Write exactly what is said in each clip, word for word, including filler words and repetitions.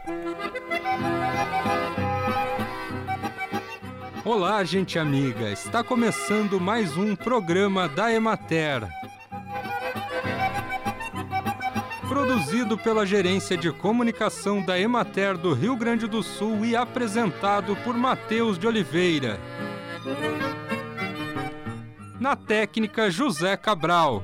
Olá, gente amiga! Está começando mais um programa da Emater. Produzido pela Gerência de Comunicação da Emater do Rio Grande do Sul e apresentado por Matheus de Oliveira. Na técnica, José Cabral.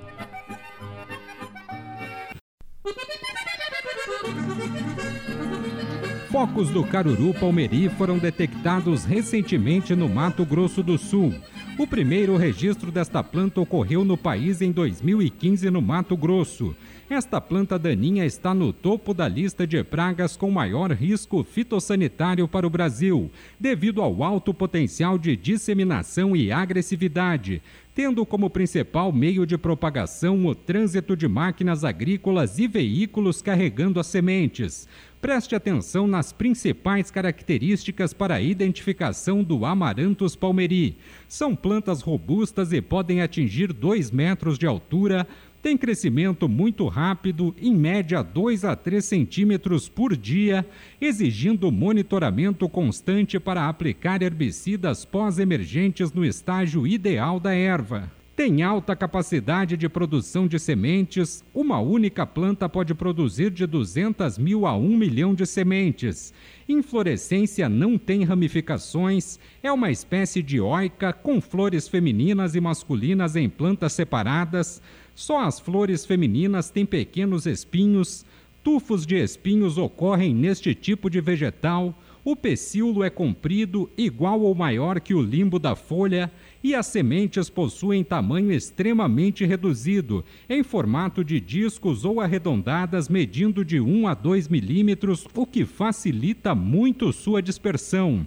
Focos do caruru palmeri foram detectados recentemente no Mato Grosso do Sul. O primeiro registro desta planta ocorreu no país em dois mil e quinze no Mato Grosso. Esta planta daninha está no topo da lista de pragas com maior risco fitossanitário para o Brasil, devido ao alto potencial de disseminação e agressividade, tendo como principal meio de propagação o trânsito de máquinas agrícolas e veículos carregando as sementes. Preste atenção nas principais características para a identificação do Amaranthus palmeri. São plantas robustas e podem atingir dois metros de altura, têm crescimento muito rápido, em média dois a três centímetros por dia, exigindo monitoramento constante para aplicar herbicidas pós-emergentes no estágio ideal da erva. Tem alta capacidade de produção de sementes, uma única planta pode produzir de duzentas mil a um milhão de sementes. Inflorescência não tem ramificações, é uma espécie dioica com flores femininas e masculinas em plantas separadas. Só as flores femininas têm pequenos espinhos. Tufos de espinhos ocorrem neste tipo de vegetal. O pecíolo é comprido, igual ou maior que o limbo da folha, e as sementes possuem tamanho extremamente reduzido, em formato de discos ou arredondadas, medindo de um a dois milímetros, o que facilita muito sua dispersão.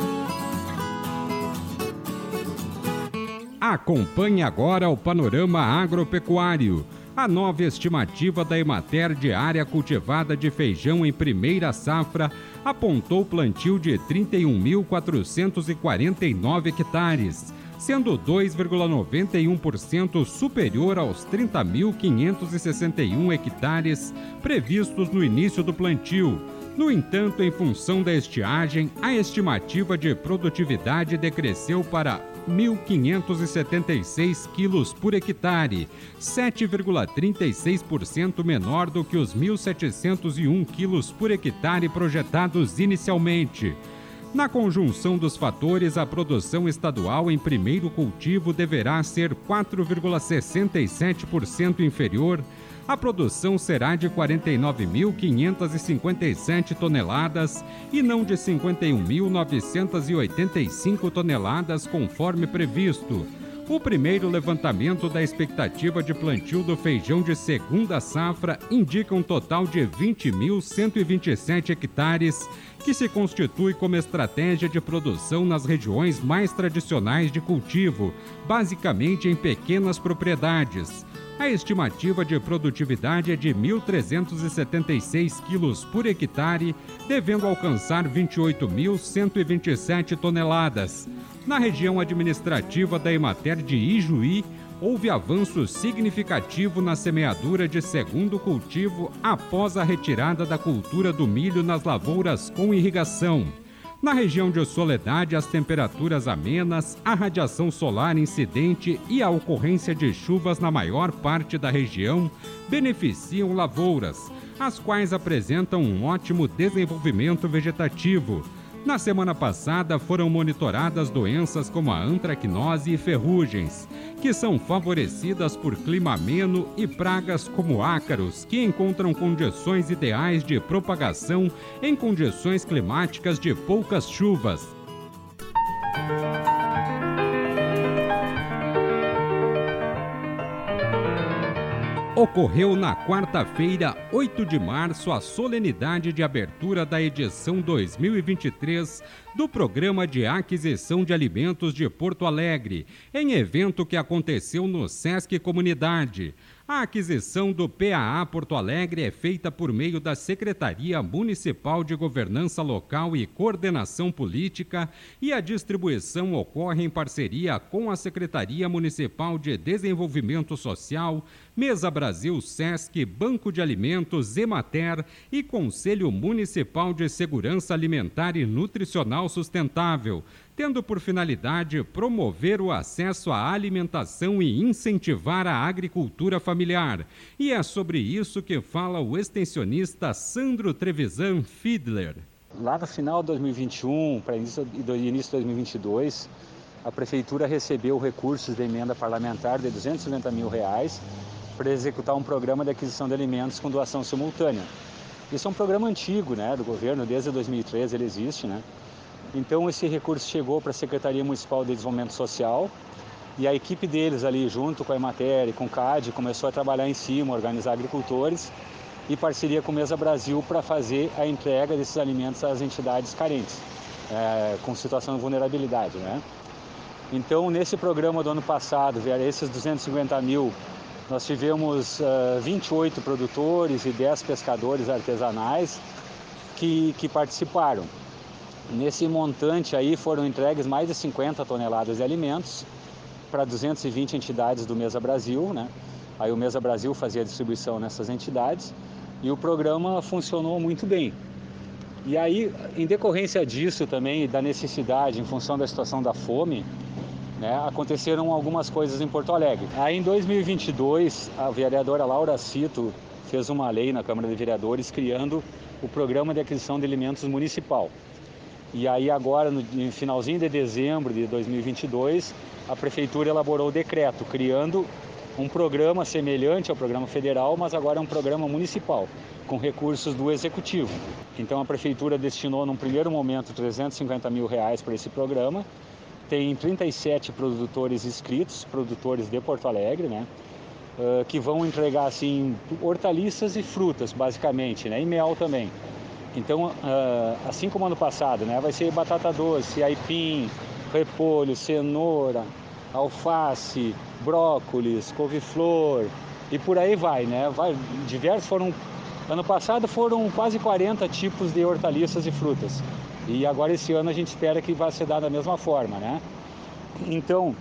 Acompanhe agora o panorama agropecuário. A nova estimativa da Emater de área cultivada de feijão em primeira safra apontou plantio de trinta e um mil quatrocentos e quarenta e nove hectares, sendo dois vírgula noventa e um por cento superior aos trinta mil quinhentos e sessenta e um hectares previstos no início do plantio. No entanto, em função da estiagem, a estimativa de produtividade decresceu para mil quinhentos e setenta e seis quilos por hectare, sete vírgula trinta e seis por cento menor do que os mil setecentos e um quilos por hectare projetados inicialmente. Na conjunção dos fatores, a produção estadual em primeiro cultivo deverá ser quatro vírgula sessenta e sete por cento inferior. A produção será de quarenta e nove mil quinhentos e cinquenta e sete toneladas e não de cinquenta e um mil novecentos e oitenta e cinco toneladas, conforme previsto. O primeiro levantamento da expectativa de plantio do feijão de segunda safra indica um total de vinte mil cento e vinte e sete hectares, que se constitui como estratégia de produção nas regiões mais tradicionais de cultivo, basicamente em pequenas propriedades. A estimativa de produtividade é de mil trezentos e setenta e seis quilos por hectare, devendo alcançar vinte e oito mil cento e vinte e sete toneladas. Na região administrativa da Emater de Ijuí, houve avanço significativo na semeadura de segundo cultivo após a retirada da cultura do milho nas lavouras com irrigação. Na região de Soledade, as temperaturas amenas, a radiação solar incidente e a ocorrência de chuvas na maior parte da região beneficiam lavouras, as quais apresentam um ótimo desenvolvimento vegetativo. Na semana passada, foram monitoradas doenças como a antracnose e ferrugens, que são favorecidas por clima ameno, e pragas como ácaros, que encontram condições ideais de propagação em condições climáticas de poucas chuvas. Ocorreu na quarta-feira, oito de março, a solenidade de abertura da edição dois mil e vinte e três do Programa de Aquisição de Alimentos de Porto Alegre, em evento que aconteceu no Sesc Comunidade. A aquisição do P A A Porto Alegre é feita por meio da Secretaria Municipal de Governança Local e Coordenação Política, e a distribuição ocorre em parceria com a Secretaria Municipal de Desenvolvimento Social, Mesa Brasil, Sesc, Banco de Alimentos, Emater e Conselho Municipal de Segurança Alimentar e Nutricional Sustentável, tendo por finalidade promover o acesso à alimentação e incentivar a agricultura familiar. E é sobre isso que fala o extensionista Sandro Trevisan Fiedler. Lá no final de dois mil e vinte e um, para início de dois mil e vinte e dois, a Prefeitura recebeu recursos de emenda parlamentar de duzentos e cinquenta mil reais para executar um programa de aquisição de alimentos com doação simultânea. Isso é um programa antigo, né, do governo, desde dois mil e treze ele existe, né? Então esse recurso chegou para a Secretaria Municipal de Desenvolvimento Social e a equipe deles ali, junto com a Emater e com o C A D, começou a trabalhar em cima, organizar agricultores e parceria com o Mesa Brasil para fazer a entrega desses alimentos às entidades carentes, é, com situação de vulnerabilidade, né? Então, nesse programa do ano passado, esses duzentos e cinquenta mil, nós tivemos uh, vinte e oito produtores e dez pescadores artesanais que, que participaram. Nesse montante aí foram entregues mais de cinquenta toneladas de alimentos para duzentas e vinte entidades do Mesa Brasil, né? Aí o Mesa Brasil fazia a distribuição nessas entidades e o programa funcionou muito bem. E aí, em decorrência disso também, da necessidade, em função da situação da fome, né, aconteceram algumas coisas em Porto Alegre. Aí em dois mil e vinte e dois, a vereadora Laura Cito fez uma lei na Câmara de Vereadores criando o Programa de Aquisição de Alimentos Municipal. E aí agora, no finalzinho de dezembro de dois mil e vinte e dois, a Prefeitura elaborou o decreto, criando um programa semelhante ao programa federal, mas agora é um programa municipal, com recursos do Executivo. Então a Prefeitura destinou, num primeiro momento, trezentos e cinquenta mil reais para esse programa. Tem trinta e sete produtores inscritos, produtores de Porto Alegre, né? Uh, que vão entregar, assim, hortaliças e frutas, basicamente, né? E mel também. Então, uh, assim como ano passado, né? Vai ser batata doce, aipim, repolho, cenoura, alface, brócolis, couve-flor e por aí vai, né? Vai, diversos foram... Ano passado foram quase quarenta tipos de hortaliças e frutas. E agora esse ano a gente espera que vai se dar da mesma forma, né? Então,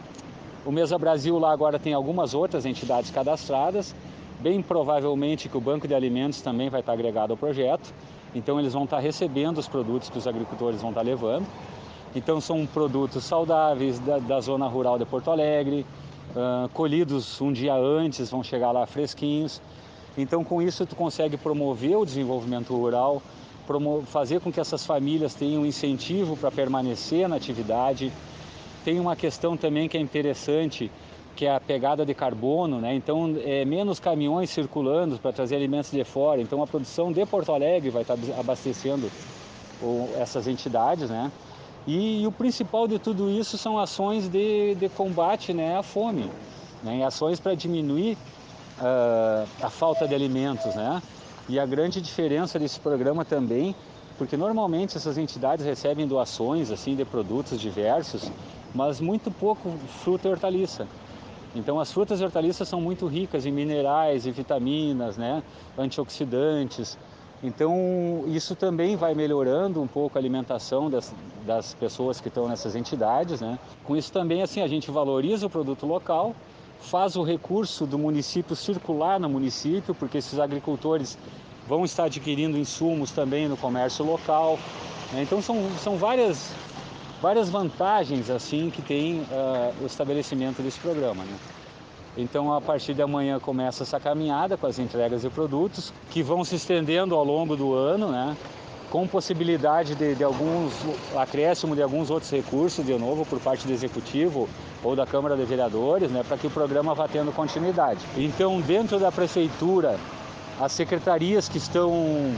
o Mesa Brasil lá agora tem algumas outras entidades cadastradas, bem provavelmente que o Banco de Alimentos também vai estar agregado ao projeto, então eles vão estar recebendo os produtos que os agricultores vão estar levando. Então são produtos saudáveis da, da zona rural de Porto Alegre, uh, colhidos um dia antes, vão chegar lá fresquinhos. Então com isso tu consegue promover o desenvolvimento rural, fazer com que essas famílias tenham incentivo para permanecer na atividade. Tem uma questão também que é interessante, que é a pegada de carbono, né? Então é menos caminhões circulando para trazer alimentos de fora, então a produção de Porto Alegre vai estar abastecendo essas entidades, né? E, e o principal de tudo isso são ações de, de combate, né, à fome, né? Ações para diminuir uh, a falta de alimentos, né? E a grande diferença desse programa também, porque normalmente essas entidades recebem doações assim de produtos diversos, mas muito pouco fruta e hortaliça. Então as frutas e hortaliças são muito ricas em minerais e vitaminas, né, antioxidantes. Então isso também vai melhorando um pouco a alimentação das, das pessoas que estão nessas entidades, né? Com isso também assim a gente valoriza o produto local, faz o recurso do município circular no município, porque esses agricultores vão estar adquirindo insumos também no comércio local, né? Então são, são várias, várias vantagens assim que tem uh, o estabelecimento desse programa, né? Então a partir de amanhã começa essa caminhada com as entregas de produtos que vão se estendendo ao longo do ano, né? Com possibilidade de, de alguns acréscimo de alguns outros recursos, de novo, por parte do Executivo ou da Câmara de Vereadores, né, para que o programa vá tendo continuidade. Então, dentro da Prefeitura, as secretarias que estão,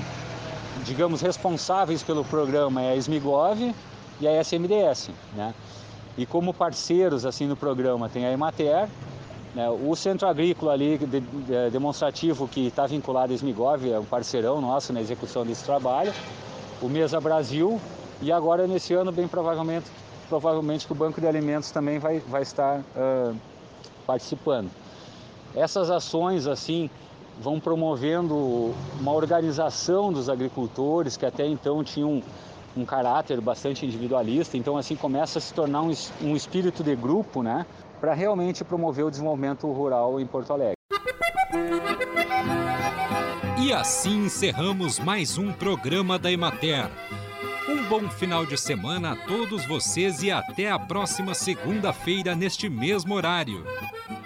digamos, responsáveis pelo programa é a Smigov e a S M D S, né? E como parceiros, assim, no programa tem a Emater, né, o Centro Agrícola ali, de, de, demonstrativo, que está vinculado à Smigov, é um parceirão nosso na execução desse trabalho, o Mesa Brasil, e agora nesse ano, bem provavelmente, provavelmente que o Banco de Alimentos também vai, vai estar uh, participando. Essas ações, assim, vão promovendo uma organização dos agricultores que até então tinham um caráter bastante individualista, então assim começa a se tornar um, um espírito de grupo, né, para realmente promover o desenvolvimento rural em Porto Alegre. E assim encerramos mais um programa da Emater. Um bom final de semana a todos vocês e até a próxima segunda-feira neste mesmo horário.